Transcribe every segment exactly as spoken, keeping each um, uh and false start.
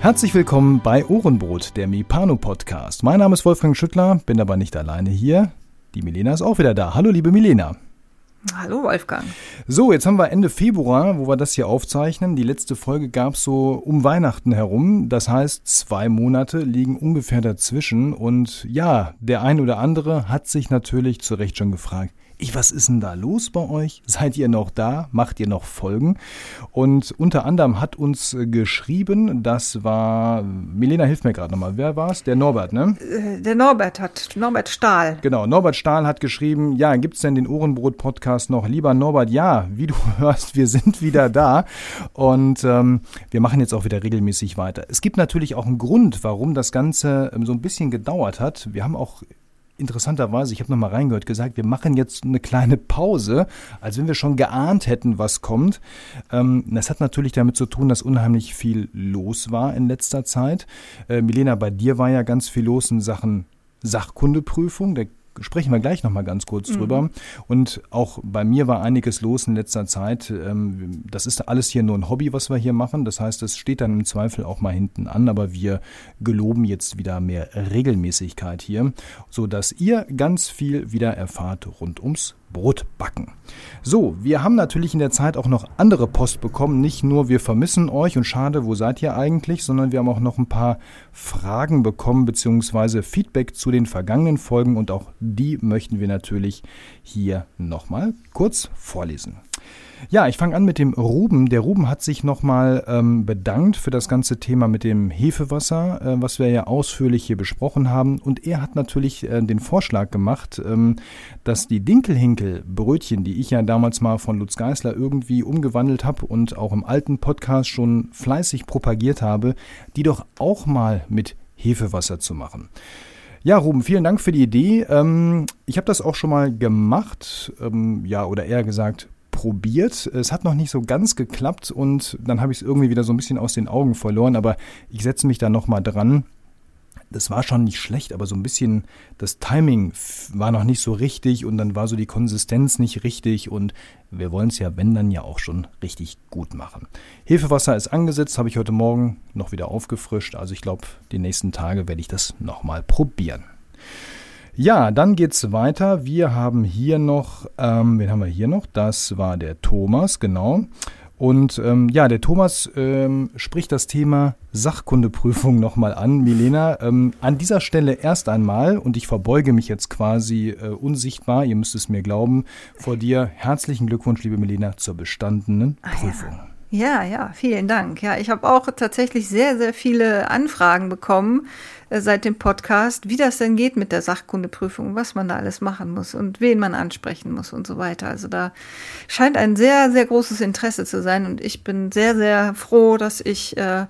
Herzlich willkommen bei Ohrenbrot, der Mipano-Podcast. Mein Name ist Wolfgang Schüttler, bin aber nicht alleine hier. Die Milena ist auch wieder da. Hallo, liebe Milena. Hallo Wolfgang. So, jetzt haben wir Ende Februar, wo wir das hier aufzeichnen. Die letzte Folge gab es so um Weihnachten herum. Das heißt, zwei Monate liegen ungefähr dazwischen. Und ja, der ein oder andere hat sich natürlich zu Recht schon gefragt, ich, was ist denn da los bei euch? Seid ihr noch da? Macht ihr noch Folgen? Und unter anderem hat uns geschrieben, das war, Milena, hilf mir gerade nochmal, wer war es? Der Norbert, ne? Der Norbert hat, Norbert Stahl. Genau, Norbert Stahl hat geschrieben, ja, gibt's denn den Ohrenbrot-Podcast noch? Lieber Norbert, ja, wie du hörst, wir sind wieder da und ähm, wir machen jetzt auch wieder regelmäßig weiter. Es gibt natürlich auch einen Grund, warum das Ganze ähm, so ein bisschen gedauert hat. Wir haben auch interessanterweise, ich habe nochmal reingehört, gesagt, wir machen jetzt eine kleine Pause, als wenn wir schon geahnt hätten, was kommt. Ähm, das hat natürlich damit zu tun, dass unheimlich viel los war in letzter Zeit. Äh, Milena, bei dir war ja ganz viel los in Sachen Sachkundeprüfung, da sprechen wir gleich nochmal ganz kurz mhm. drüber. Und auch bei mir war einiges los in letzter Zeit. Das ist alles hier nur ein Hobby, was wir hier machen. Das heißt, es steht dann im Zweifel auch mal hinten an. Aber wir geloben jetzt wieder mehr Regelmäßigkeit hier, sodass ihr ganz viel wieder erfahrt rund ums Brotbacken. So, wir haben natürlich in der Zeit auch noch andere Post bekommen. Nicht nur wir vermissen euch und schade, wo seid ihr eigentlich, sondern wir haben auch noch ein paar Fragen bekommen beziehungsweise Feedback zu den vergangenen Folgen und auch die möchten wir natürlich hier nochmal kurz vorlesen. Ja, ich fange an mit dem Ruben. Der Ruben hat sich nochmal ähm, bedankt für das ganze Thema mit dem Hefewasser, äh, was wir ja ausführlich hier besprochen haben. Und er hat natürlich äh, den Vorschlag gemacht, ähm, dass die Dinkelhinkel-Brötchen, die ich ja damals mal von Lutz Geisler irgendwie umgewandelt habe und auch im alten Podcast schon fleißig propagiert habe, die doch auch mal mit Hefewasser zu machen. Ja, Ruben, vielen Dank für die Idee. Ähm, ich habe das auch schon mal gemacht, ähm, ja, oder eher gesagt, probiert. Es hat noch nicht so ganz geklappt und dann habe ich es irgendwie wieder so ein bisschen aus den Augen verloren, aber ich setze mich da nochmal dran. Das war schon nicht schlecht, aber so ein bisschen das Timing war noch nicht so richtig und dann war so die Konsistenz nicht richtig und wir wollen es ja, wenn dann ja auch schon richtig gut machen. Hefewasser ist angesetzt, habe ich heute Morgen noch wieder aufgefrischt, also ich glaube, die nächsten Tage werde ich das nochmal probieren. Ja, dann geht's weiter. Wir haben hier noch, ähm, wen haben wir hier noch? Das war der Thomas, genau. Und ähm, ja, der Thomas ähm, spricht das Thema Sachkundeprüfung nochmal an. Milena, ähm, an dieser Stelle erst einmal, und ich verbeuge mich jetzt quasi äh, unsichtbar, ihr müsst es mir glauben, vor dir herzlichen Glückwunsch, liebe Milena, zur bestandenen Prüfung. Ah, ja. Ja, ja, vielen Dank. Ja, ich habe auch tatsächlich sehr, sehr viele Anfragen bekommen äh, seit dem Podcast, wie das denn geht mit der Sachkundeprüfung, was man da alles machen muss und wen man ansprechen muss und so weiter. Also da scheint ein sehr, sehr großes Interesse zu sein und ich bin sehr, sehr froh, dass ich äh,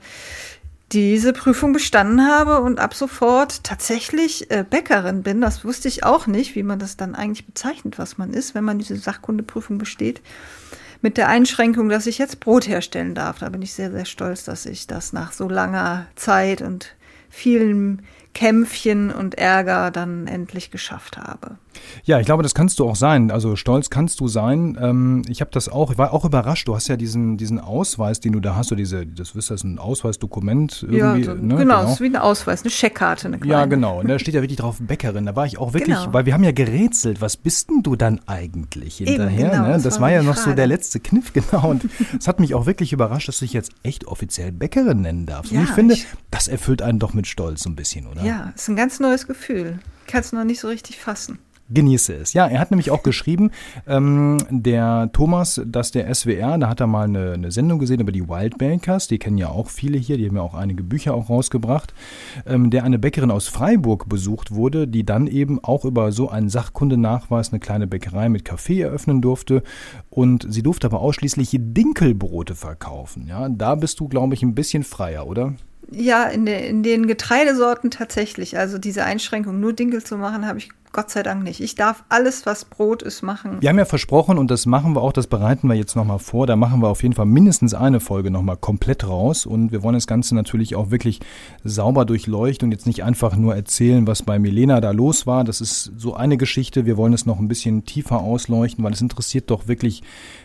diese Prüfung bestanden habe und ab sofort tatsächlich äh, Bäckerin bin. Das wusste ich auch nicht, wie man das dann eigentlich bezeichnet, was man ist, wenn man diese Sachkundeprüfung besteht. Mit der Einschränkung, dass ich jetzt Brot herstellen darf. Da bin ich sehr, sehr stolz, dass ich das nach so langer Zeit und vielen Kämpfchen und Ärger dann endlich geschafft habe. Ja, ich glaube, das kannst du auch sein. Also stolz kannst du sein. Ähm, ich habe das auch, ich war auch überrascht. Du hast ja diesen, diesen Ausweis, den du da hast, oder diese, das ist das ein Ausweisdokument irgendwie. Ja, so, ne? genau, es ist wie ein Ausweis, eine Scheckkarte, eine kleine. Ja, genau. Und da steht ja wirklich drauf Bäckerin. Da war ich auch wirklich, genau. Weil wir haben ja gerätselt, was bist denn du dann eigentlich hinterher? Eben, genau, ne? Das, das war, war ja noch Frage. so der letzte Kniff, genau. Und es hat mich auch wirklich überrascht, dass du dich jetzt echt offiziell Bäckerin nennen darfst. Ja, und ich finde, ich, das erfüllt einen doch mit Stolz so ein bisschen, oder? Ja, ist ein ganz neues Gefühl. Ich kann es noch nicht so richtig fassen. Genieße es. Ja, er hat nämlich auch geschrieben, ähm, der Thomas, dass der S W R, da hat er mal eine, eine Sendung gesehen über die Wild Bakers, die kennen ja auch viele hier, die haben ja auch einige Bücher auch rausgebracht, ähm, der eine Bäckerin aus Freiburg besucht wurde, die dann eben auch über so einen Sachkundenachweis eine kleine Bäckerei mit Kaffee eröffnen durfte und sie durfte aber ausschließlich Dinkelbrote verkaufen. Ja, da bist du, glaube ich, ein bisschen freier, oder? Ja, in, de, in den Getreidesorten tatsächlich. Also diese Einschränkung, nur Dinkel zu machen, habe ich Gott sei Dank nicht. Ich darf alles, was Brot ist, machen. Wir haben ja versprochen, und das machen wir auch, das bereiten wir jetzt nochmal vor, da machen wir auf jeden Fall mindestens eine Folge nochmal komplett raus und wir wollen das Ganze natürlich auch wirklich sauber durchleuchten und jetzt nicht einfach nur erzählen, was bei Milena da los war. Das ist so eine Geschichte, wir wollen es noch ein bisschen tiefer ausleuchten, weil es interessiert doch wirklich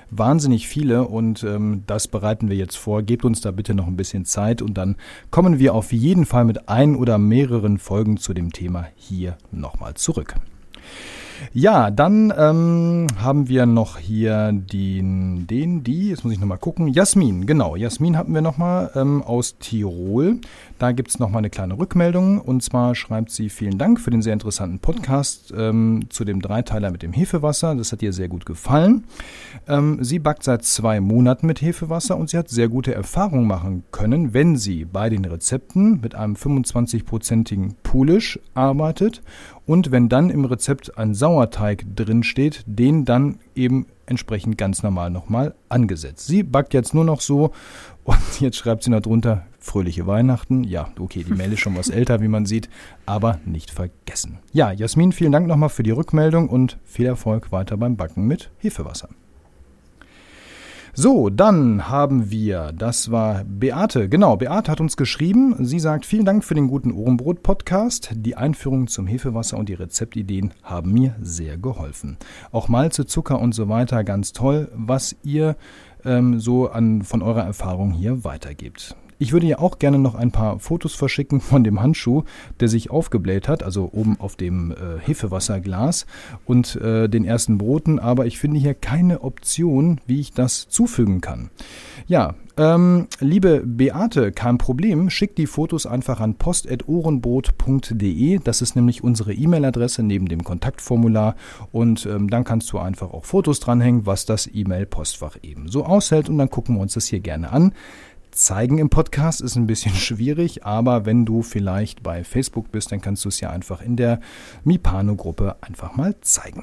wahnsinnig viele und ähm, das bereiten wir jetzt vor. Gebt uns da bitte noch ein bisschen Zeit und dann kommen wir auf jeden Fall mit ein oder mehreren Folgen zu dem Thema hier nochmal zurück. Ja, dann ähm, haben wir noch hier den, den, die, jetzt muss ich nochmal gucken, Jasmin, genau, Jasmin hatten wir nochmal ähm, aus Tirol. Da gibt es nochmal eine kleine Rückmeldung und zwar schreibt sie, vielen Dank für den sehr interessanten Podcast ähm, zu dem Dreiteiler mit dem Hefewasser, das hat ihr sehr gut gefallen. Ähm, sie backt seit zwei Monaten mit Hefewasser und sie hat sehr gute Erfahrungen machen können, wenn sie bei den Rezepten mit einem fünfundzwanzig-prozentigen Poolish arbeitet und wenn dann im Rezept ein Sauerteig drin steht, den dann eben entsprechend ganz normal nochmal angesetzt. Sie backt jetzt nur noch so und jetzt schreibt sie noch drunter, fröhliche Weihnachten. Ja, okay, die Mail ist schon was älter, wie man sieht, aber nicht vergessen. Ja, Jasmin, vielen Dank nochmal für die Rückmeldung und viel Erfolg weiter beim Backen mit Hefewasser. So, dann haben wir, das war Beate, genau, Beate hat uns geschrieben, sie sagt, vielen Dank für den guten Ohrenbrot-Podcast, die Einführung zum Hefewasser und die Rezeptideen haben mir sehr geholfen. Auch Malze, Zucker und so weiter, ganz toll, was ihr ähm, so an, von eurer Erfahrung hier weitergebt. Ich würde ja auch gerne noch ein paar Fotos verschicken von dem Handschuh, der sich aufgebläht hat, also oben auf dem äh, Hefewasserglas und äh, den ersten Broten, aber ich finde hier keine Option, wie ich das zufügen kann. Ja, ähm, liebe Beate, kein Problem, schick die Fotos einfach an post at ohrenbrot punkt de, das ist nämlich unsere E-Mail-Adresse neben dem Kontaktformular und ähm, dann kannst du einfach auch Fotos dranhängen, was das E-Mail-Postfach eben so aushält und dann gucken wir uns das hier gerne an. Zeigen im Podcast ist ein bisschen schwierig, aber wenn du vielleicht bei Facebook bist, dann kannst du es ja einfach in der Mipano-Gruppe einfach mal zeigen.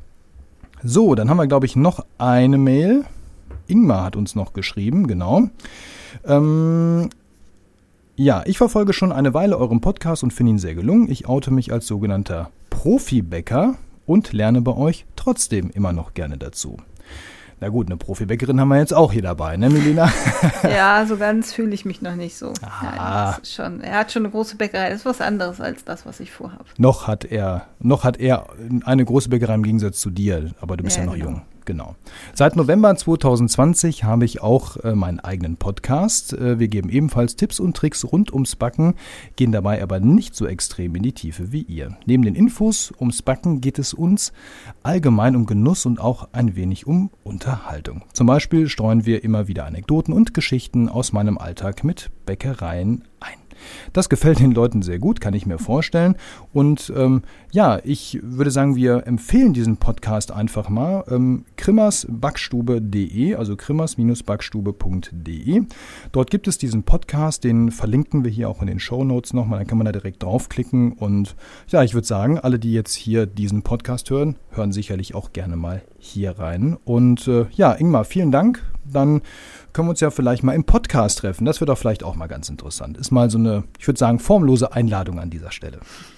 So, dann haben wir, glaube ich, noch eine Mail. Ingmar hat uns noch geschrieben, genau. Ähm, ja, ich verfolge schon eine Weile euren Podcast und finde ihn sehr gelungen. Ich oute mich als sogenannter Profibäcker und lerne bei euch trotzdem immer noch gerne dazu. Na gut, eine Profibäckerin haben wir jetzt auch hier dabei, ne, Milena? Ja, so ganz fühle ich mich noch nicht so. Ah. Nein, das ist schon, er hat schon eine große Bäckerei, das ist was anderes als das, was ich vorhabe. Noch hat er, noch hat er eine große Bäckerei im Gegensatz zu dir, aber du bist ja, ja noch genau. jung. Genau. Seit November zwanzig zwanzig habe ich auch äh, meinen eigenen Podcast. Äh, wir geben ebenfalls Tipps und Tricks rund ums Backen, gehen dabei aber nicht so extrem in die Tiefe wie ihr. Neben den Infos ums Backen geht es uns allgemein um Genuss und auch ein wenig um Unterhaltung. Zum Beispiel streuen wir immer wieder Anekdoten und Geschichten aus meinem Alltag mit Bäckereien ein. Das gefällt den Leuten sehr gut, kann ich mir vorstellen. Und ähm, ja, ich würde sagen, wir empfehlen diesen Podcast einfach mal. Ähm, krimmersbackstube punkt de, also krimmers-backstube punkt de. Dort gibt es diesen Podcast, den verlinken wir hier auch in den Shownotes nochmal. Dann kann man da direkt draufklicken. Und ja, ich würde sagen, alle, die jetzt hier diesen Podcast hören, hören sicherlich auch gerne mal hier rein. Und äh, ja, Ingmar, vielen Dank. Dann können wir uns ja vielleicht mal im Podcast treffen. Das wird doch vielleicht auch mal ganz interessant. Ist mal so eine, ich würde sagen, formlose Einladung an dieser Stelle.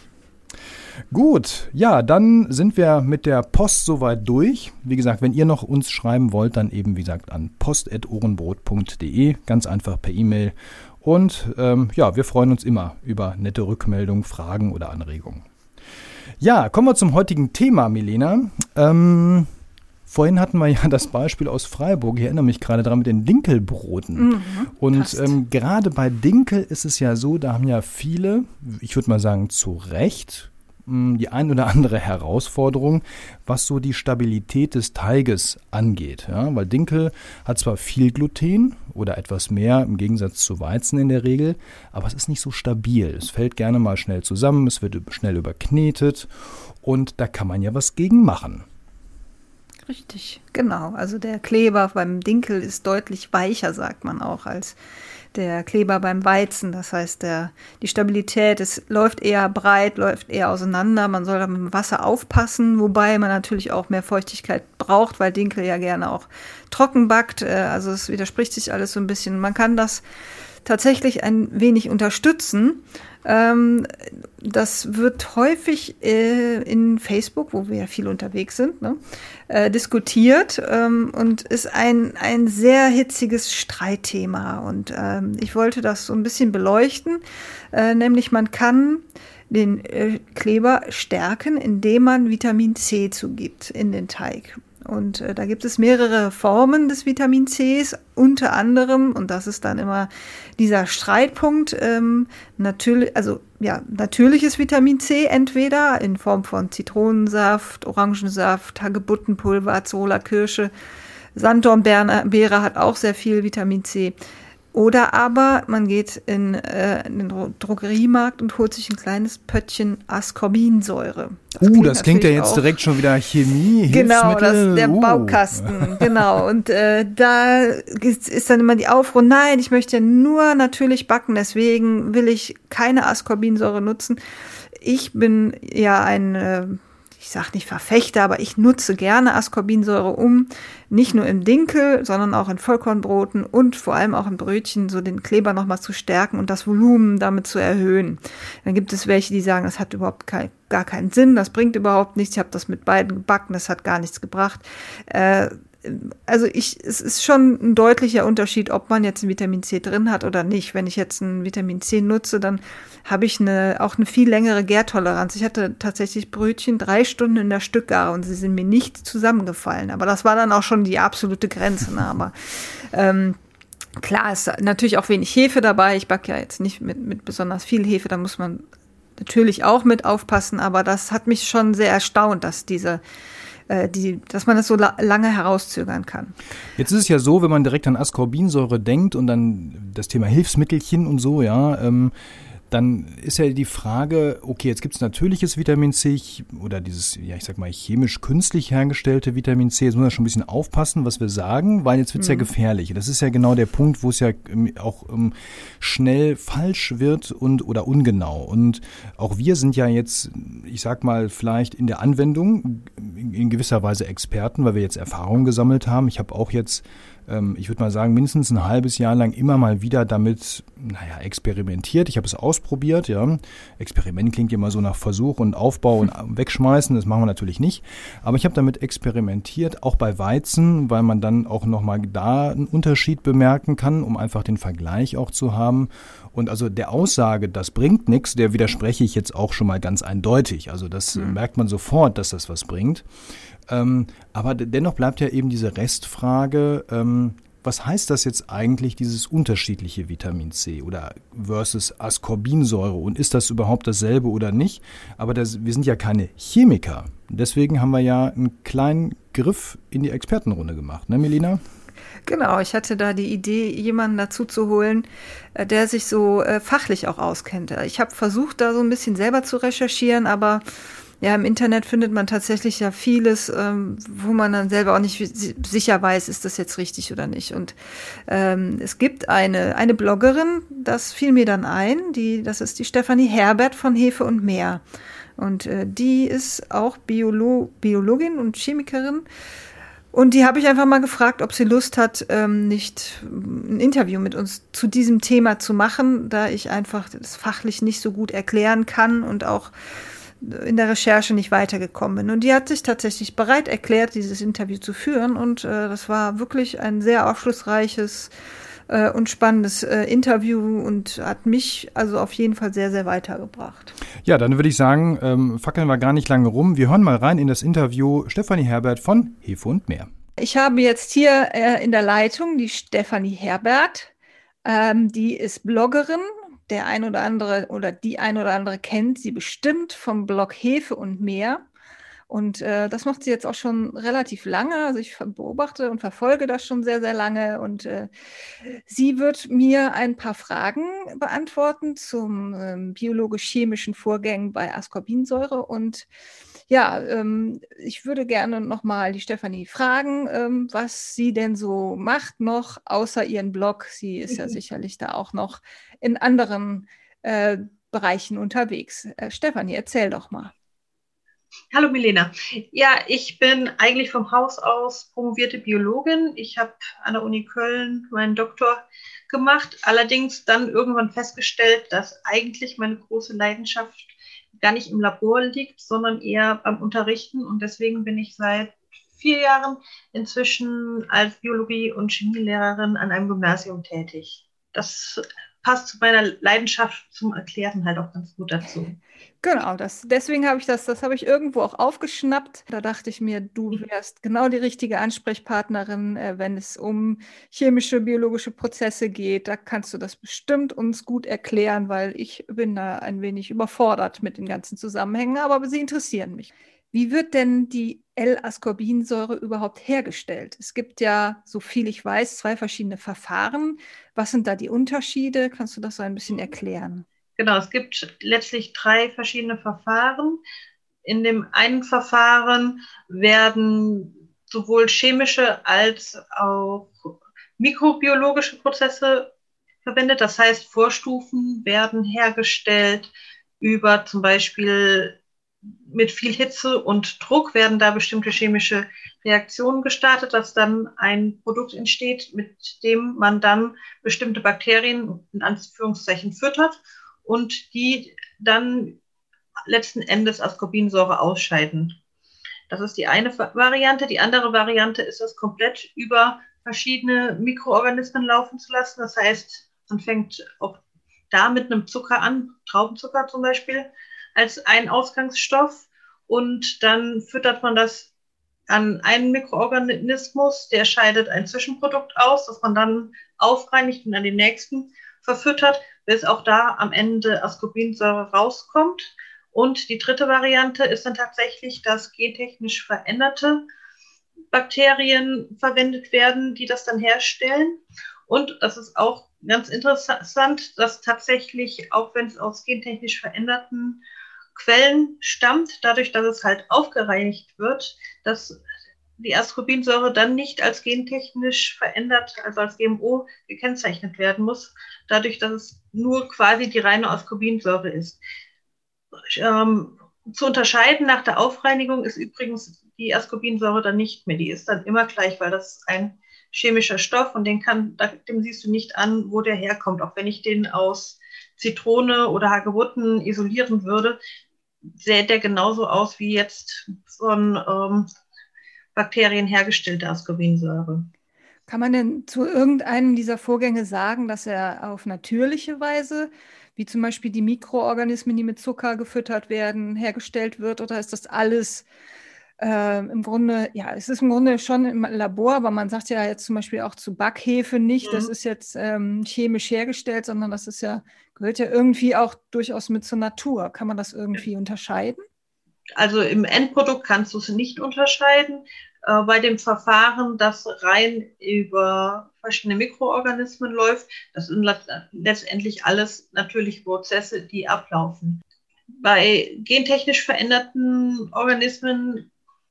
Gut, ja, dann sind wir mit der Post soweit durch. Wie gesagt, wenn ihr noch uns schreiben wollt, dann eben, wie gesagt, an post at ohrenbrot punkt de, ganz einfach per E-Mail. Und ähm, ja, wir freuen uns immer über nette Rückmeldungen, Fragen oder Anregungen. Ja, kommen wir zum heutigen Thema, Milena. Ähm... Vorhin hatten wir ja das Beispiel aus Freiburg, ich erinnere mich gerade dran mit den Dinkelbroten. Mhm, und ähm, gerade bei Dinkel ist es ja so, da haben ja viele, ich würde mal sagen zu Recht, die ein oder andere Herausforderung, was so die Stabilität des Teiges angeht. Ja, weil Dinkel hat zwar viel Gluten oder etwas mehr im Gegensatz zu Weizen in der Regel, aber es ist nicht so stabil. Es fällt gerne mal schnell zusammen, es wird schnell überknetet und da kann man ja was gegen machen. Richtig, genau. Also der Kleber beim Dinkel ist deutlich weicher, sagt man auch, als der Kleber beim Weizen. Das heißt, der, die Stabilität, es läuft eher breit, läuft eher auseinander. Man soll da mit dem Wasser aufpassen, wobei man natürlich auch mehr Feuchtigkeit braucht, weil Dinkel ja gerne auch trocken backt. Also es widerspricht sich alles so ein bisschen. Man kann das tatsächlich ein wenig unterstützen. Ähm, das wird häufig äh, in Facebook, wo wir ja viel unterwegs sind, ne, äh, diskutiert ähm, und ist ein, ein sehr hitziges Streitthema. Und ähm, ich wollte das so ein bisschen beleuchten, äh, nämlich man kann den äh, Kleber stärken, indem man Vitamin C zugibt in den Teig. Und äh, da gibt es mehrere Formen des Vitamin Cs, unter anderem, und das ist dann immer dieser Streitpunkt, ähm, natürlich, also ja, natürliches Vitamin C, entweder in Form von Zitronensaft, Orangensaft, Hagebuttenpulver, Acerola Kirsche, Sanddornbeere hat auch sehr viel Vitamin C. Oder aber man geht in, äh, in den Dro- Drogeriemarkt und holt sich ein kleines Pöttchen Ascorbinsäure. Das uh, das klingt ja jetzt auch direkt schon wieder Chemie, Genau, Hilfsmittel. das, der uh. Baukasten, genau. Und äh, da ist, ist dann immer die Aufruhr, nein, ich möchte nur natürlich backen, deswegen will ich keine Ascorbinsäure nutzen. Ich bin ja ein... Äh, ich sage nicht Verfechter, aber ich nutze gerne Ascorbinsäure, um nicht nur im Dinkel, sondern auch in Vollkornbroten und vor allem auch in Brötchen so den Kleber nochmal zu stärken und das Volumen damit zu erhöhen. Dann gibt es welche, die sagen, das hat überhaupt kein, gar keinen Sinn, das bringt überhaupt nichts. Ich habe das mit beiden gebacken, das hat gar nichts gebracht. Äh, Also ich, es ist schon ein deutlicher Unterschied, ob man jetzt ein Vitamin C drin hat oder nicht. Wenn ich jetzt ein Vitamin C nutze, dann habe ich eine, auch eine viel längere Gärtoleranz. Ich hatte tatsächlich Brötchen drei Stunden in der Stückgare und sie sind mir nicht zusammengefallen. Aber das war dann auch schon die absolute Grenze. Ne? Aber ähm, klar ist natürlich auch wenig Hefe dabei. Ich backe ja jetzt nicht mit, mit besonders viel Hefe, da muss man natürlich auch mit aufpassen. Aber das hat mich schon sehr erstaunt, dass diese Die, dass man das so la- lange herauszögern kann. Jetzt ist es ja so, wenn man direkt an Ascorbinsäure denkt und dann das Thema Hilfsmittelchen und so, ja, ähm, dann ist ja die Frage, okay, jetzt gibt es natürliches Vitamin C oder dieses, ja, ich sag mal, chemisch-künstlich hergestellte Vitamin C. Jetzt muss man schon ein bisschen aufpassen, was wir sagen, weil jetzt wird es mhm. ja gefährlich. Das ist ja genau der Punkt, wo es ja auch ähm, schnell falsch wird und oder ungenau. Und auch wir sind ja jetzt, ich sag mal, vielleicht in der Anwendung in, in gewisser Weise Experten, weil wir jetzt Erfahrungen gesammelt haben. Ich habe auch jetzt ich würde mal sagen, mindestens ein halbes Jahr lang immer mal wieder damit, naja, experimentiert. Ich habe es ausprobiert, ja. Experiment klingt immer so nach Versuch und Aufbau und Wegschmeißen, das machen wir natürlich nicht. Aber ich habe damit experimentiert, auch bei Weizen, weil man dann auch nochmal da einen Unterschied bemerken kann, um einfach den Vergleich auch zu haben. Und also der Aussage, das bringt nichts, der widerspreche ich jetzt auch schon mal ganz eindeutig. Also das mhm. merkt man sofort, dass das was bringt. Ähm, aber dennoch bleibt ja eben diese Restfrage, ähm, was heißt das jetzt eigentlich, dieses unterschiedliche Vitamin C oder versus Ascorbinsäure und ist das überhaupt dasselbe oder nicht? Aber das, wir sind ja keine Chemiker. Deswegen haben wir ja einen kleinen Griff in die Expertenrunde gemacht, ne Melina? Genau, ich hatte da die Idee, jemanden dazu zu holen, der sich so äh, fachlich auch auskennt. Ich habe versucht, da so ein bisschen selber zu recherchieren, aber ja, im Internet findet man tatsächlich ja vieles, ähm, wo man dann selber auch nicht sicher weiß, ist das jetzt richtig oder nicht. Und ähm, es gibt eine eine Bloggerin, das fiel mir dann ein, die das ist die Stefanie Herbert von Hefe und Meer. Und äh, die ist auch Biolo- Biologin und Chemikerin. Und die habe ich einfach mal gefragt, ob sie Lust hat, ähm, nicht ein Interview mit uns zu diesem Thema zu machen, da ich einfach das fachlich nicht so gut erklären kann und auch in der Recherche nicht weitergekommen bin. Und die hat sich tatsächlich bereit erklärt, dieses Interview zu führen. Und äh, das war wirklich ein sehr aufschlussreiches äh, und spannendes äh, Interview und hat mich also auf jeden Fall sehr, sehr weitergebracht. Ja, dann würde ich sagen, ähm, fackeln wir gar nicht lange rum. Wir hören mal rein in das Interview Stefanie Herbert von Hefe und Meer. Ich habe jetzt hier äh, in der Leitung die Stefanie Herbert. Ähm, die ist Bloggerin. Der ein oder andere oder die ein oder andere kennt sie bestimmt vom Blog Hefe und Meer. Und äh, das macht sie jetzt auch schon relativ lange. Also ich beobachte und verfolge das schon sehr, sehr lange. Und äh, sie wird mir ein paar Fragen beantworten zum ähm, biologisch-chemischen Vorgängen bei Ascorbinsäure. Und ja, ähm, ich würde gerne nochmal die Stefanie fragen, ähm, was sie denn so macht noch, außer ihren Blog. Sie ist ja sicherlich da auch noch in anderen äh, Bereichen unterwegs. Äh, Stefanie, erzähl doch mal. Hallo Milena. Ja, ich bin eigentlich vom Haus aus promovierte Biologin. Ich habe an der Uni Köln meinen Doktor gemacht, allerdings dann irgendwann festgestellt, dass eigentlich meine große Leidenschaft gar nicht im Labor liegt, sondern eher beim Unterrichten. Und deswegen bin ich seit vier Jahren inzwischen als Biologie- und Chemielehrerin an einem Gymnasium tätig. Das passt zu meiner Leidenschaft zum Erklären halt auch ganz gut dazu. Genau, das, deswegen habe ich das, das habe ich irgendwo auch aufgeschnappt. Da dachte ich mir, du wärst genau die richtige Ansprechpartnerin, äh, wenn es um chemische, biologische Prozesse geht. Da kannst du das bestimmt uns gut erklären, weil ich bin da ein wenig überfordert mit den ganzen Zusammenhängen, aber sie interessieren mich. Wie wird denn die L-Ascorbinsäure überhaupt hergestellt? Es gibt ja, so viel ich weiß, zwei verschiedene Verfahren. Was sind da die Unterschiede? Kannst du das so ein bisschen erklären? Genau, es gibt letztlich drei verschiedene Verfahren. In dem einen Verfahren werden sowohl chemische als auch mikrobiologische Prozesse verwendet. Das heißt, Vorstufen werden hergestellt über zum Beispiel mit viel Hitze und Druck werden da bestimmte chemische Reaktionen gestartet, dass dann ein Produkt entsteht, mit dem man dann bestimmte Bakterien in Anführungszeichen füttert und die dann letzten Endes Ascorbinsäure ausscheiden. Das ist die eine Variante. Die andere Variante ist, das komplett über verschiedene Mikroorganismen laufen zu lassen. Das heißt, man fängt auch da mit einem Zucker an, Traubenzucker zum Beispiel, als ein Ausgangsstoff und dann füttert man das an einen Mikroorganismus, der scheidet ein Zwischenprodukt aus, das man dann aufreinigt und an den nächsten verfüttert, bis auch da am Ende Ascorbinsäure rauskommt. Und die dritte Variante ist dann tatsächlich, dass gentechnisch veränderte Bakterien verwendet werden, die das dann herstellen. Und das ist auch ganz interessant, dass tatsächlich, auch wenn es aus gentechnisch veränderten Quellen stammt, dadurch, dass es halt aufgereinigt wird, dass die Ascorbinsäure dann nicht als gentechnisch verändert, also als G M O gekennzeichnet werden muss, dadurch, dass es nur quasi die reine Ascorbinsäure ist. Ähm, zu unterscheiden nach der Aufreinigung ist übrigens die Ascorbinsäure dann nicht mehr. Die ist dann immer gleich, weil das ist ein chemischer Stoff und den kann, dem siehst du nicht an, wo der herkommt. Auch wenn ich den aus Zitrone oder Hagebutten isolieren würde, sähe der genauso aus wie jetzt von ähm, Bakterien hergestellte Ascorbinsäure. Kann man denn zu irgendeinem dieser Vorgänge sagen, dass er auf natürliche Weise, wie zum Beispiel die Mikroorganismen, die mit Zucker gefüttert werden, hergestellt wird? Oder ist das alles äh, im Grunde, ja, es ist im Grunde schon im Labor, aber man sagt ja jetzt zum Beispiel auch zu Backhefe nicht, mhm. das ist jetzt ähm, chemisch hergestellt, sondern das ist ja, gehört ja irgendwie auch durchaus mit zur Natur. Kann man das irgendwie ja. unterscheiden? Also im Endprodukt kannst du es nicht unterscheiden. Äh, bei dem Verfahren, das rein über verschiedene Mikroorganismen läuft, das sind letztendlich alles natürliche Prozesse, die ablaufen. Bei gentechnisch veränderten Organismen,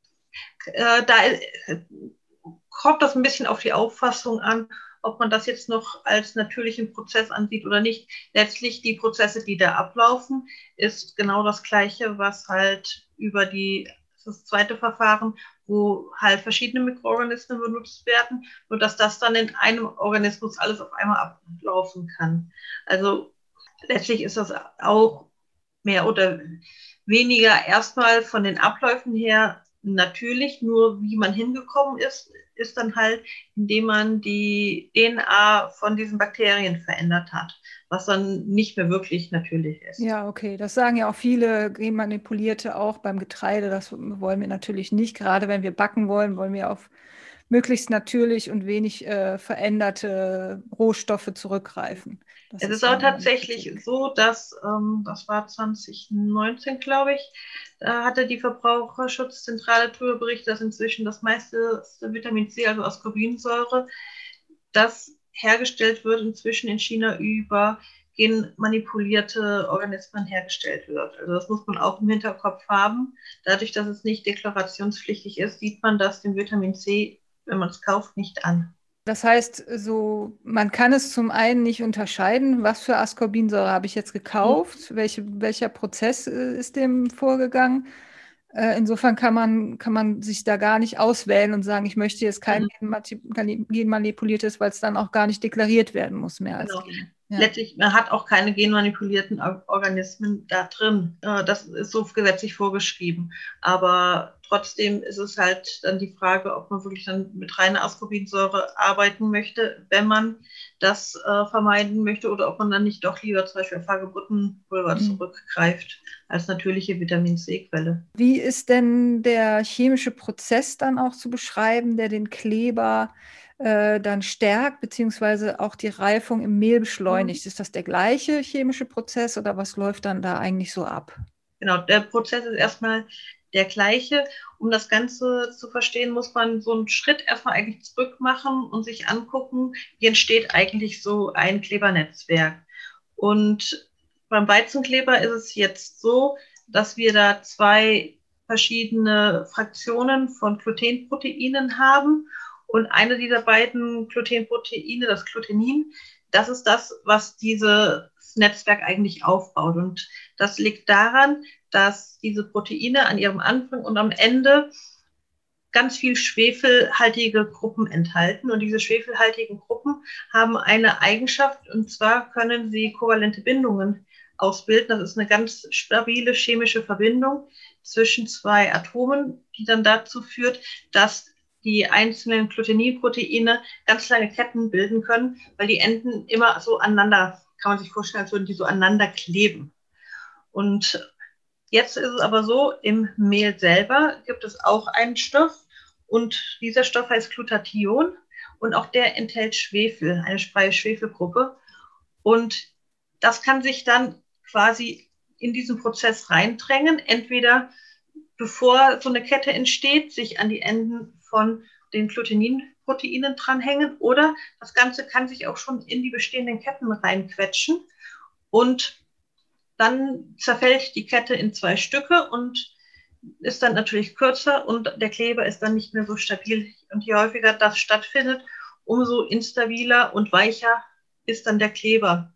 äh, da äh, kommt das ein bisschen auf die Auffassung an, ob man das jetzt noch als natürlichen Prozess ansieht oder nicht. Letztlich die Prozesse, die da ablaufen, ist genau das Gleiche, was halt über die, das zweite Verfahren, wo halt verschiedene Mikroorganismen benutzt werden, nur dass das dann in einem Organismus alles auf einmal ablaufen kann. Also letztlich ist das auch mehr oder weniger erstmal von den Abläufen her natürlich, nur wie man hingekommen ist, ist dann halt, indem man die D N A von diesen Bakterien verändert hat, was dann nicht mehr wirklich natürlich ist. Ja, okay. Das sagen ja auch viele Genmanipulierte auch beim Getreide. Das wollen wir natürlich nicht. Gerade wenn wir backen wollen, wollen wir auf möglichst natürlich und wenig äh, veränderte Rohstoffe zurückgreifen. Das es ist, ist auch tatsächlich so, dass, ähm, das war zwanzig neunzehn, glaube ich, da hatte die Verbraucherschutzzentrale darüber berichtet, dass inzwischen das meiste Vitamin C, also Ascorbinsäure, das hergestellt wird inzwischen in China über genmanipulierte Organismen hergestellt wird. Also das muss man auch im Hinterkopf haben. Dadurch, dass es nicht deklarationspflichtig ist, sieht man das dem Vitamin C, wenn man es kauft, nicht an. Das heißt, so, man kann es zum einen nicht unterscheiden, was für Ascorbinsäure habe ich jetzt gekauft, mhm. welche, welcher Prozess äh, ist dem vorgegangen. Äh, insofern kann man, kann man sich da gar nicht auswählen und sagen, ich möchte jetzt kein mhm. genmanipuliertes, weil es dann auch gar nicht deklariert werden muss mehr genau. als Gen. Ja. Letztlich, man hat auch keine genmanipulierten Organismen da drin. Das ist so gesetzlich vorgeschrieben. Aber trotzdem ist es halt dann die Frage, ob man wirklich dann mit reiner Ascorbinsäure arbeiten möchte, wenn man das äh, vermeiden möchte, oder ob man dann nicht doch lieber zum Beispiel auf Hagebuttenpulver mhm. zurückgreift als natürliche Vitamin-C-Quelle. Wie ist denn der chemische Prozess dann auch zu beschreiben, der den Kleber äh, dann stärkt, beziehungsweise auch die Reifung im Mehl beschleunigt? Mhm. Ist das der gleiche chemische Prozess oder was läuft dann da eigentlich so ab? Genau, der Prozess ist erstmal der gleiche. Um das Ganze zu verstehen, muss man so einen Schritt erstmal eigentlich zurück machen und sich angucken, wie entsteht eigentlich so ein Klebernetzwerk. Und beim Weizenkleber ist es jetzt so, dass wir da zwei verschiedene Fraktionen von Glutenproteinen haben. Und eine dieser beiden Glutenproteine, das Glutenin, das ist das, was dieses Netzwerk eigentlich aufbaut. Und das liegt daran, dass diese Proteine an ihrem Anfang und am Ende ganz viel schwefelhaltige Gruppen enthalten. Und diese schwefelhaltigen Gruppen haben eine Eigenschaft, und zwar können sie kovalente Bindungen ausbilden. Das ist eine ganz stabile chemische Verbindung zwischen zwei Atomen, die dann dazu führt, dass die einzelnen Gluteninproteine ganz kleine Ketten bilden können, weil die Enden immer so aneinander, kann man sich vorstellen, als würden die so aneinander kleben. Und jetzt ist es aber so, im Mehl selber gibt es auch einen Stoff, und dieser Stoff heißt Glutathion, und auch der enthält Schwefel, eine freie Schwefelgruppe. Und das kann sich dann quasi in diesen Prozess reindrängen, entweder bevor so eine Kette entsteht, sich an die Enden von den Gluteninproteinen dranhängen, oder das Ganze kann sich auch schon in die bestehenden Ketten reinquetschen, und dann zerfällt die Kette in zwei Stücke und ist dann natürlich kürzer, und der Kleber ist dann nicht mehr so stabil. Und je häufiger das stattfindet, umso instabiler und weicher ist dann der Kleber.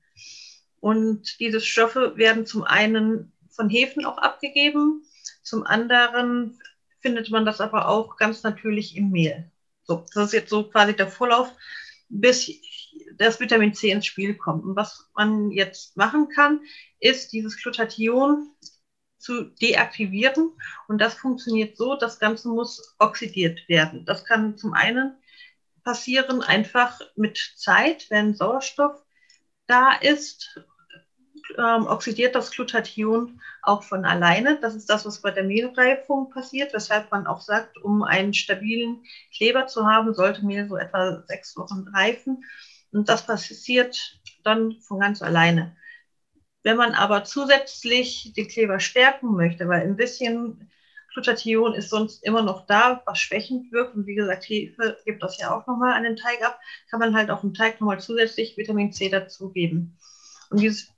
Und diese Stoffe werden zum einen von Hefen auch abgegeben, zum anderen findet man das aber auch ganz natürlich im Mehl. So, das ist jetzt so quasi der Vorlauf, bis das Vitamin C ins Spiel kommt. Und was man jetzt machen kann, ist dieses Glutathion zu deaktivieren. Und das funktioniert so, das Ganze muss oxidiert werden. Das kann zum einen passieren einfach mit Zeit, wenn Sauerstoff da ist, ähm, oxidiert das Glutathion auch von alleine. Das ist das, was bei der Mehlreifung passiert, weshalb man auch sagt, um einen stabilen Kleber zu haben, sollte Mehl so etwa sechs Wochen reifen. Und das passiert dann von ganz alleine. Wenn man aber zusätzlich den Kleber stärken möchte, weil ein bisschen Glutathion ist sonst immer noch da, was schwächend wirkt, und wie gesagt, Hefe gibt das ja auch nochmal an den Teig ab, kann man halt auf den Teig nochmal zusätzlich Vitamin C dazugeben. Und dieses,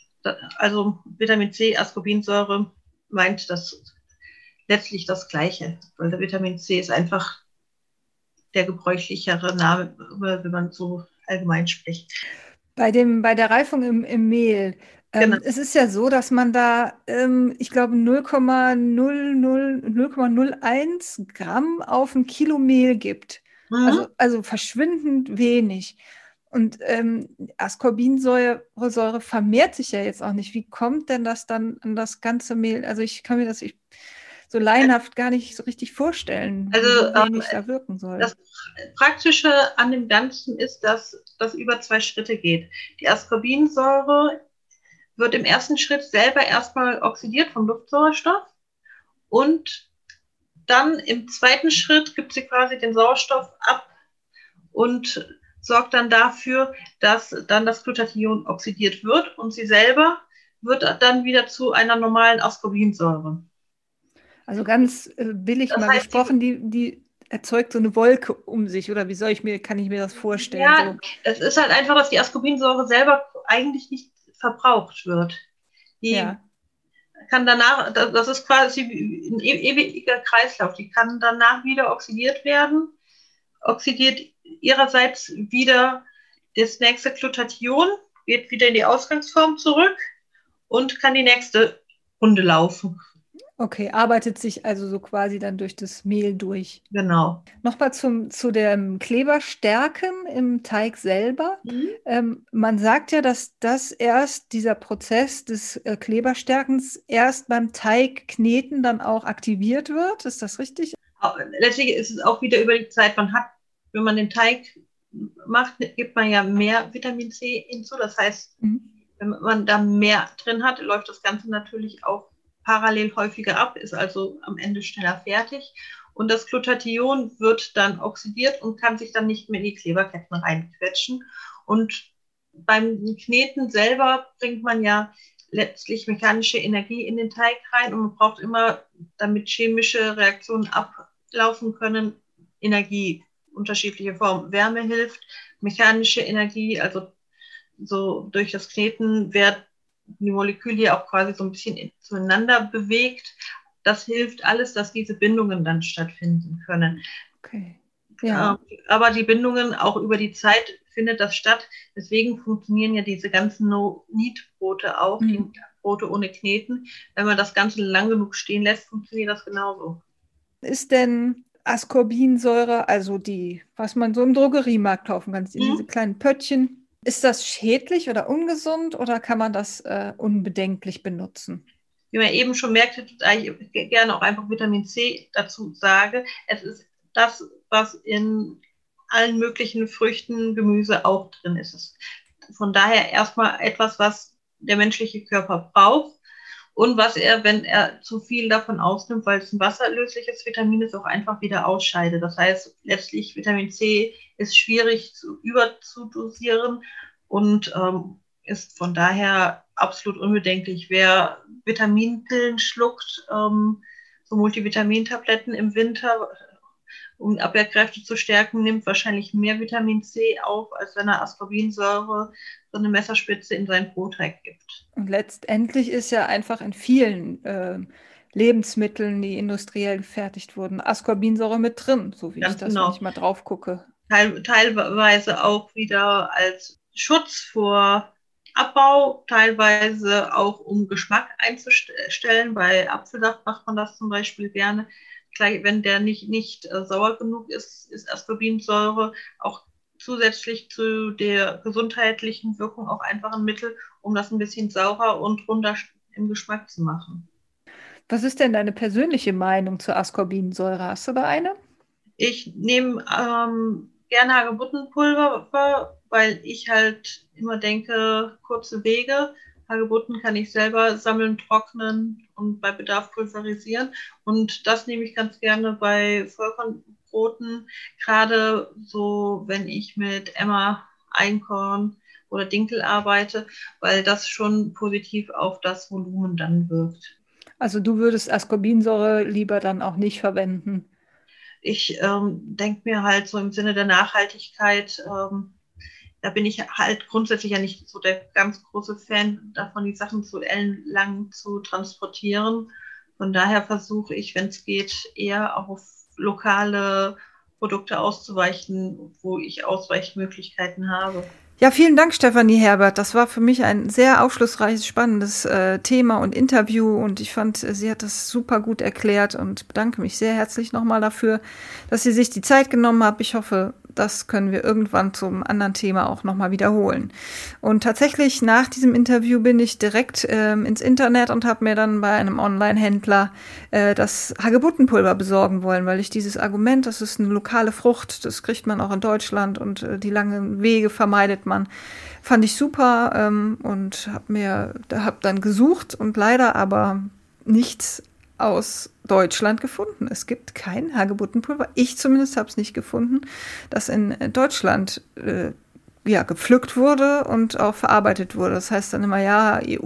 also Vitamin C, Ascorbinsäure, meint das letztlich das Gleiche, weil der Vitamin C ist einfach der gebräuchlichere Name, wenn man so allgemein spricht. Bei dem, bei der Reifung im, im Mehl, ähm, Genau. es ist ja so, dass man da, ähm, ich glaube, null Komma null null null eins Gramm auf ein Kilo Mehl gibt. Mhm. Also, also verschwindend wenig. Und ähm, Ascorbinsäure Säure vermehrt sich ja jetzt auch nicht. Wie kommt denn das dann an das ganze Mehl? Also ich kann mir das ich, so laienhaft gar nicht so richtig vorstellen, also, wie wenig ähm, da wirken soll. Das Praktische an dem Ganzen ist, dass das über zwei Schritte geht. Die Ascorbinsäure wird im ersten Schritt selber erstmal oxidiert vom Luftsauerstoff, und dann im zweiten Schritt gibt sie quasi den Sauerstoff ab und sorgt dann dafür, dass dann das Glutathion oxidiert wird, und sie selber wird dann wieder zu einer normalen Ascorbinsäure. Also ganz äh, billig Das mal heißt, gesprochen, die, die erzeugt so eine Wolke um sich, oder wie soll ich mir, kann ich mir das vorstellen? Ja, so? Es ist halt einfach, dass die Ascorbinsäure selber eigentlich nicht verbraucht wird. Die Ja. kann danach, das ist quasi ein ewiger Kreislauf, die kann danach wieder oxidiert werden, oxidiert ihrerseits wieder das nächste Glutathion, geht wieder in die Ausgangsform zurück und kann die nächste Runde laufen. Okay, arbeitet sich also so quasi dann durch das Mehl durch. Genau. Nochmal zum, zu dem Kleberstärken im Teig selber. Mhm. Ähm, man sagt ja, dass das erst, dieser Prozess des äh, Kleberstärkens erst beim Teigkneten dann auch aktiviert wird. Ist das richtig? Letztlich ist es auch wieder über die Zeit, man hat, wenn man den Teig macht, gibt man ja mehr Vitamin C hinzu. Das heißt, mhm. wenn man da mehr drin hat, läuft das Ganze natürlich auch parallel häufiger ab, ist also am Ende schneller fertig. Und das Glutathion wird dann oxidiert und kann sich dann nicht mehr in die Kleberketten reinquetschen. Und beim Kneten selber bringt man ja letztlich mechanische Energie in den Teig rein und man braucht immer, damit chemische Reaktionen ablaufen können, Energie, unterschiedliche Formen. Wärme hilft, mechanische Energie, also so durch das Kneten werden die Moleküle auch quasi so ein bisschen zueinander bewegt. Das hilft alles, dass diese Bindungen dann stattfinden können. Okay. Ja. Aber die Bindungen auch über die Zeit findet das statt. Deswegen funktionieren ja diese ganzen No-Knead-Brote auch, mhm. die Brote ohne Kneten. Wenn man das Ganze lang genug stehen lässt, funktioniert das genauso. Ist denn Ascorbinsäure, also die, was man so im Drogeriemarkt kaufen kann, in mhm. diese kleinen Pöttchen, ist das schädlich oder ungesund oder kann man das äh, unbedenklich benutzen? Wie man eben schon merkte, da ich gerne auch einfach Vitamin C dazu sage, es ist das, was in allen möglichen Früchten, Gemüse auch drin ist. Es ist von daher erstmal etwas, was der menschliche Körper braucht und was er, wenn er zu viel davon ausnimmt, weil es ein wasserlösliches Vitamin ist, auch einfach wieder ausscheidet. Das heißt, letztlich Vitamin C ist schwierig zu überzudosieren und ähm, ist von daher absolut unbedenklich. Wer Vitaminpillen schluckt, ähm, so Multivitamintabletten im Winter, um Abwehrkräfte zu stärken, nimmt wahrscheinlich mehr Vitamin C auf, als wenn er Ascorbinsäure so eine Messerspitze in seinen Brotteig gibt. Und letztendlich ist ja einfach in vielen äh, Lebensmitteln, die industriell gefertigt wurden, Ascorbinsäure mit drin, so wie Ganz ich das, genau. wenn ich mal drauf gucke. Teil, teilweise auch wieder als Schutz vor Abbau, teilweise auch um Geschmack einzustellen. Bei Apfelsaft macht man das zum Beispiel gerne. Gleich, wenn der nicht, nicht äh, sauer genug ist, ist Ascorbinsäure auch zusätzlich zu der gesundheitlichen Wirkung auch einfach ein Mittel, um das ein bisschen saurer und runder im Geschmack zu machen. Was ist denn deine persönliche Meinung zur Ascorbinsäure? Hast du da eine? Ich nehme ähm, gerne Hagebuttenpulver, weil ich halt immer denke, kurze Wege. Hagebutten kann ich selber sammeln, trocknen und bei Bedarf pulverisieren. Und das nehme ich ganz gerne bei Vollkornbroten, gerade so, wenn ich mit Emmer, Einkorn oder Dinkel arbeite, weil das schon positiv auf das Volumen dann wirkt. Also du würdest Ascorbinsäure lieber dann auch nicht verwenden? Ich ähm, denke mir halt so im Sinne der Nachhaltigkeit, ähm, da bin ich halt grundsätzlich ja nicht so der ganz große Fan davon, die Sachen so ellenlang zu transportieren. Von daher versuche ich, wenn es geht, eher auf lokale Produkte auszuweichen, wo ich Ausweichmöglichkeiten habe. Ja, vielen Dank, Stefanie Herbert. Das war für mich ein sehr aufschlussreiches, spannendes äh, Thema und Interview und ich fand, sie hat das super gut erklärt und bedanke mich sehr herzlich nochmal dafür, dass sie sich die Zeit genommen hat. Ich hoffe, das können wir irgendwann zum anderen Thema auch nochmal wiederholen. Und tatsächlich nach diesem Interview bin ich direkt ähm, ins Internet und habe mir dann bei einem Online-Händler äh, das Hagebuttenpulver besorgen wollen, weil ich dieses Argument, das ist eine lokale Frucht, das kriegt man auch in Deutschland und äh, die langen Wege vermeidet man, fand ich super ähm, und habe mir, habe dann gesucht und leider aber nichts aus Deutschland gefunden. Es gibt kein Hagebuttenpulver. Ich zumindest habe es nicht gefunden, das in Deutschland äh, ja, gepflückt wurde und auch verarbeitet wurde. Das heißt dann immer, ja, E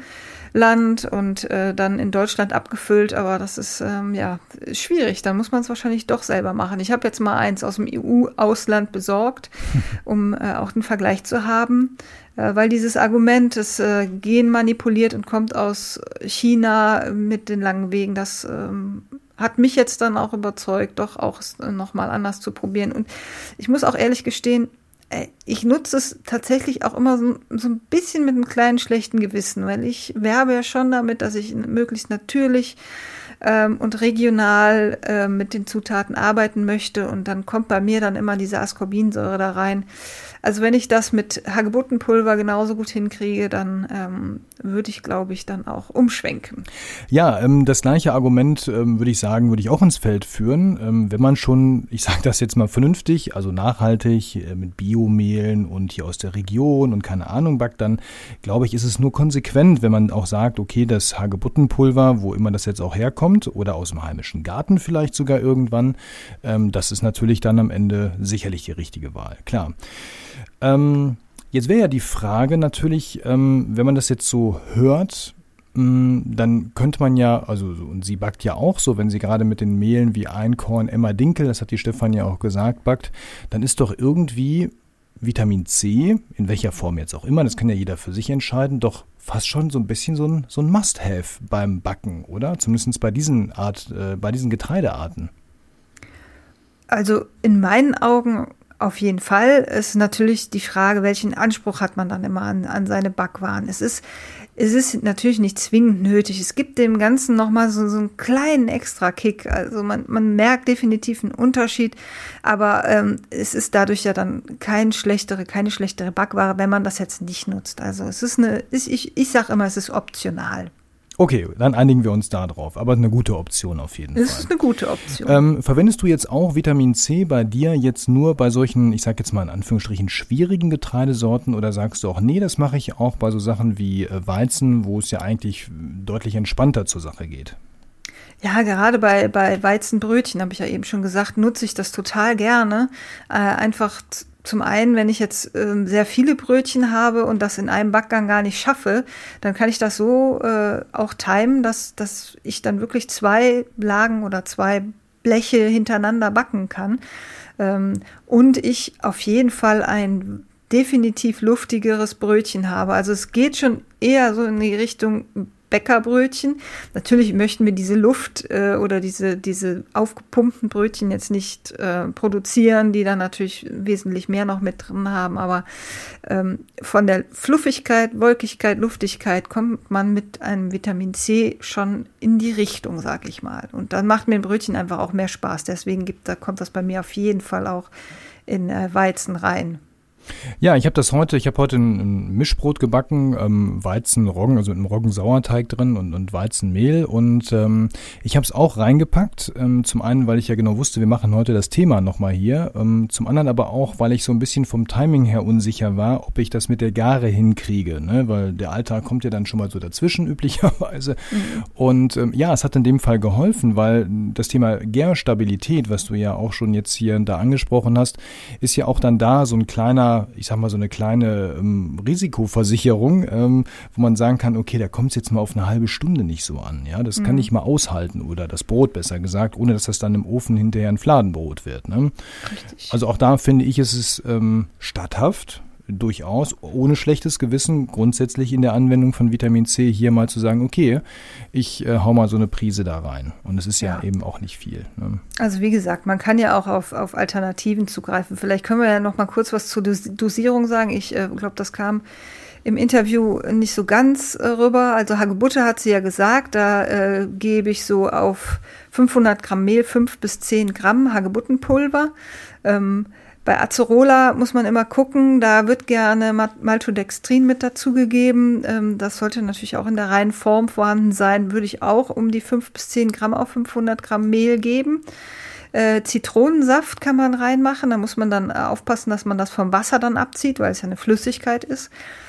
U-Land und äh, dann in Deutschland abgefüllt, aber das ist ähm, ja schwierig. Dann muss man es wahrscheinlich doch selber machen. Ich habe jetzt mal eins aus dem E U-Ausland besorgt, um äh, auch den Vergleich zu haben. Weil dieses Argument, das äh, genmanipuliert und kommt aus China mit den langen Wegen, das ähm, hat mich jetzt dann auch überzeugt, doch auch es nochmal anders zu probieren. Und ich muss auch ehrlich gestehen, ich nutze es tatsächlich auch immer so, so ein bisschen mit einem kleinen schlechten Gewissen, weil ich werbe ja schon damit, dass ich möglichst natürlich ähm, und regional äh, mit den Zutaten arbeiten möchte und dann kommt bei mir dann immer diese Ascorbinsäure da rein. Also wenn ich das mit Hagebuttenpulver genauso gut hinkriege, dann ähm, würde ich, glaube ich, dann auch umschwenken. Ja, ähm, das gleiche Argument, ähm, würde ich sagen, würde ich auch ins Feld führen. Ähm, wenn man schon, ich sage das jetzt mal vernünftig, also nachhaltig äh, mit Biomehlen und hier aus der Region und keine Ahnung backt, dann glaube ich, ist es nur konsequent, wenn man auch sagt, okay, das Hagebuttenpulver, wo immer das jetzt auch herkommt oder aus dem heimischen Garten vielleicht sogar irgendwann, ähm, das ist natürlich dann am Ende sicherlich die richtige Wahl, klar. Ähm, jetzt wäre ja die Frage natürlich, ähm, wenn man das jetzt so hört, mh, dann könnte man ja, also und sie backt ja auch so, wenn sie gerade mit den Mehlen wie Einkorn, Emmer Dinkel, das hat die Stefan ja auch gesagt, backt, dann ist doch irgendwie Vitamin C, in welcher Form jetzt auch immer, das kann ja jeder für sich entscheiden, doch fast schon so ein bisschen so ein, so ein Must-Have beim Backen, oder? Zumindest bei diesen Art, äh, bei diesen Getreidearten. Also in meinen Augen auf jeden Fall ist natürlich die Frage, welchen Anspruch hat man dann immer an, an seine Backwaren. Es ist, es ist natürlich nicht zwingend nötig. Es gibt dem Ganzen nochmal so, so einen kleinen Extra-Kick. Also man, man merkt definitiv einen Unterschied, aber ähm, es ist dadurch ja dann kein schlechtere, keine schlechtere Backware, wenn man das jetzt nicht nutzt. Also es ist eine, ist, ich, ich sage immer, es ist optional. Okay, dann einigen wir uns da drauf. Aber eine gute Option auf jeden Fall. Das ist eine gute Option. Ähm, verwendest du jetzt auch Vitamin C bei dir jetzt nur bei solchen, ich sag jetzt mal in Anführungsstrichen, schwierigen Getreidesorten oder sagst du auch, nee, das mache ich auch bei so Sachen wie Weizen, wo es ja eigentlich deutlich entspannter zur Sache geht? Ja, gerade bei, bei Weizenbrötchen, habe ich ja eben schon gesagt, nutze ich das total gerne. Äh, einfach t- Zum einen, wenn ich jetzt äh, sehr viele Brötchen habe und das in einem Backgang gar nicht schaffe, dann kann ich das so äh, auch timen, dass, dass ich dann wirklich zwei Lagen oder zwei Bleche hintereinander backen kann. Ähm, und ich auf jeden Fall ein definitiv luftigeres Brötchen habe. Also es geht schon eher so in die Richtung Bäckerbrötchen. Natürlich möchten wir diese Luft äh, oder diese, diese aufgepumpten Brötchen jetzt nicht äh, produzieren, die dann natürlich wesentlich mehr noch mit drin haben, aber ähm, von der Fluffigkeit, Wolkigkeit, Luftigkeit kommt man mit einem Vitamin C schon in die Richtung, sag ich mal. Und dann macht mir ein Brötchen einfach auch mehr Spaß. Deswegen gibt, da kommt das bei mir auf jeden Fall auch in äh, Weizen rein. Ja, ich habe das heute, ich habe heute ein, ein Mischbrot gebacken, ähm, Weizenroggen, also mit einem Roggensauerteig drin und, und Weizenmehl und ähm, ich habe es auch reingepackt, ähm, zum einen, weil ich ja genau wusste, wir machen heute das Thema nochmal hier, ähm, zum anderen aber auch, weil ich so ein bisschen vom Timing her unsicher war, ob ich das mit der Gare hinkriege, ne? Weil der Alltag kommt ja dann schon mal so dazwischen üblicherweise mhm. und ähm, ja, es hat in dem Fall geholfen, weil das Thema Gärstabilität, was du ja auch schon jetzt hier und da angesprochen hast, ist ja auch dann da so ein kleiner, ich sag mal, so eine kleine ähm, Risikoversicherung, ähm, wo man sagen kann, okay, da kommt es jetzt mal auf eine halbe Stunde nicht so an. Ja, das mhm. kann ich mal aushalten oder das Brot besser gesagt, ohne dass das dann im Ofen hinterher ein Fladenbrot wird. Ne? Richtig. Also auch da finde ich, ist es ähm, statthaft, durchaus, ohne schlechtes Gewissen, grundsätzlich in der Anwendung von Vitamin C hier mal zu sagen, okay, ich äh, hau mal so eine Prise da rein. Und es ist ja, ja eben auch nicht viel. Ne? Also wie gesagt, man kann ja auch auf, auf Alternativen zugreifen. Vielleicht können wir ja noch mal kurz was zur Dos- Dosierung sagen. Ich äh, glaube, das kam im Interview nicht so ganz äh, rüber. Also Hagebutte hat sie ja gesagt, da äh, gebe ich so auf fünfhundert Gramm Mehl fünf bis zehn Gramm Hagebuttenpulver. Ähm, Bei Acerola muss man immer gucken, da wird gerne Maltodextrin mit dazugegeben. Ähm, das sollte natürlich auch in der reinen Form vorhanden sein, würde ich auch um die fünf bis zehn Gramm auf fünfhundert Gramm Mehl geben. Äh, Zitronensaft kann man reinmachen, da muss man dann aufpassen, dass man das vom Wasser dann abzieht, weil es ja eine Flüssigkeit ist.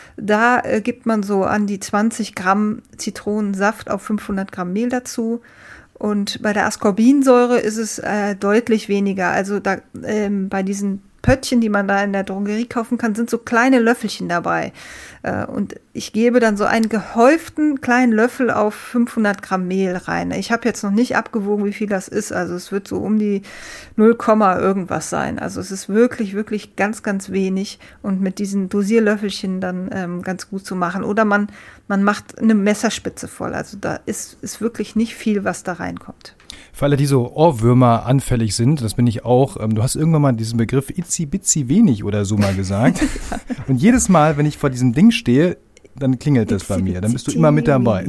Da äh, gibt man so an die zwanzig Gramm Zitronensaft auf fünfhundert Gramm Mehl dazu. Und bei der Ascorbinsäure ist es äh, deutlich weniger. Also da ähm, bei diesen Pöttchen, die man da in der Drogerie kaufen kann, sind so kleine Löffelchen dabei. Äh, und ich gebe dann so einen gehäuften kleinen Löffel auf fünfhundert Gramm Mehl rein. Ich habe jetzt noch nicht abgewogen, wie viel das ist. Also es wird so um die null, irgendwas sein. Also es ist wirklich, wirklich ganz, ganz wenig und mit diesen Dosierlöffelchen dann ähm, ganz gut zu machen. Oder man, man macht eine Messerspitze voll. Also da ist, ist wirklich nicht viel, was da reinkommt. Für alle, die so Ohrwürmer anfällig sind, das bin ich auch, ähm, du hast irgendwann mal diesen Begriff itzi bitzi wenig oder so mal gesagt. Und jedes Mal, wenn ich vor diesem Ding stehe, dann klingelt das bei mir. Dann bist du immer mit dabei.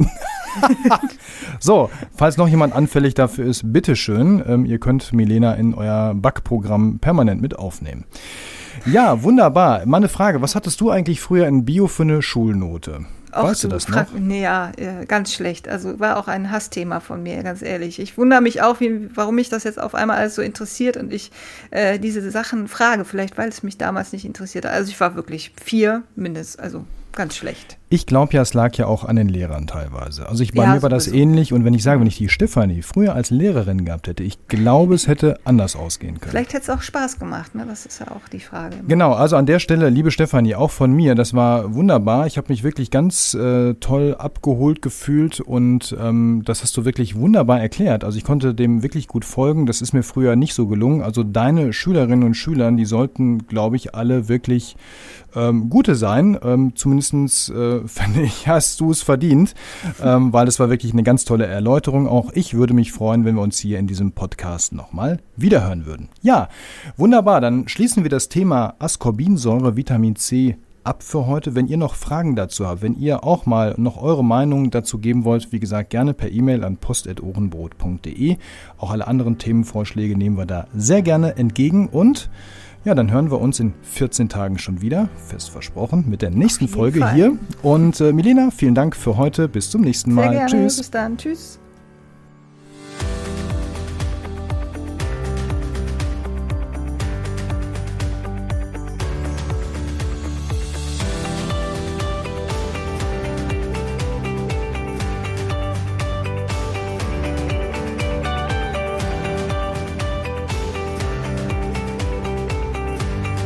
So, falls noch jemand anfällig dafür ist, bitteschön. Ähm, ihr könnt Milena in euer Backprogramm permanent mit aufnehmen. Ja, wunderbar. Mal eine Frage. Was hattest du eigentlich früher in Bio für eine Schulnote? Auch weißt du das noch? Nee, ja, ganz schlecht. Also war auch ein Hassthema von mir, ganz ehrlich. Ich wundere mich auch, wie, warum mich das jetzt auf einmal alles so interessiert und ich äh, diese Sachen frage. Vielleicht, weil es mich damals nicht interessiert hat. Also ich war wirklich vier mindestens, also ganz schlecht. Ich glaube ja, es lag ja auch an den Lehrern teilweise. Also ich, bei ja, mir war das sowieso. ähnlich. Und wenn ich sage, wenn ich die Stefanie früher als Lehrerin gehabt hätte, ich glaube, es hätte anders ausgehen können. Vielleicht hätte es auch Spaß gemacht, ne? Das ist ja auch die Frage. Genau, also an der Stelle, liebe Stefanie, auch von mir, das war wunderbar. Ich habe mich wirklich ganz äh, toll abgeholt gefühlt und ähm, das hast du wirklich wunderbar erklärt. Also ich konnte dem wirklich gut folgen. Das ist mir früher nicht so gelungen. Also deine Schülerinnen und Schüler, die sollten, glaube ich, alle wirklich ähm, gute sein. Ähm, zumindestens äh, finde ich, hast du es verdient, ähm, weil es war wirklich eine ganz tolle Erläuterung. Auch ich würde mich freuen, wenn wir uns hier in diesem Podcast nochmal wiederhören würden. Ja, wunderbar. Dann schließen wir das Thema Ascorbinsäure, Vitamin C ab für heute. Wenn ihr noch Fragen dazu habt, wenn ihr auch mal noch eure Meinung dazu geben wollt, wie gesagt, gerne per E-Mail an post at ohrenbrot punkt de. Auch alle anderen Themenvorschläge nehmen wir da sehr gerne entgegen und ja, dann hören wir uns in vierzehn Tagen schon wieder, fest versprochen, mit der nächsten Folge Fall. hier. Und äh, Milena, vielen Dank für heute. Bis zum nächsten Mal. Sehr gerne. Tschüss. Bis dann. Tschüss.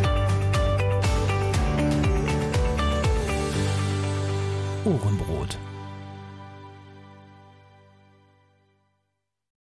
Ohrenbrot.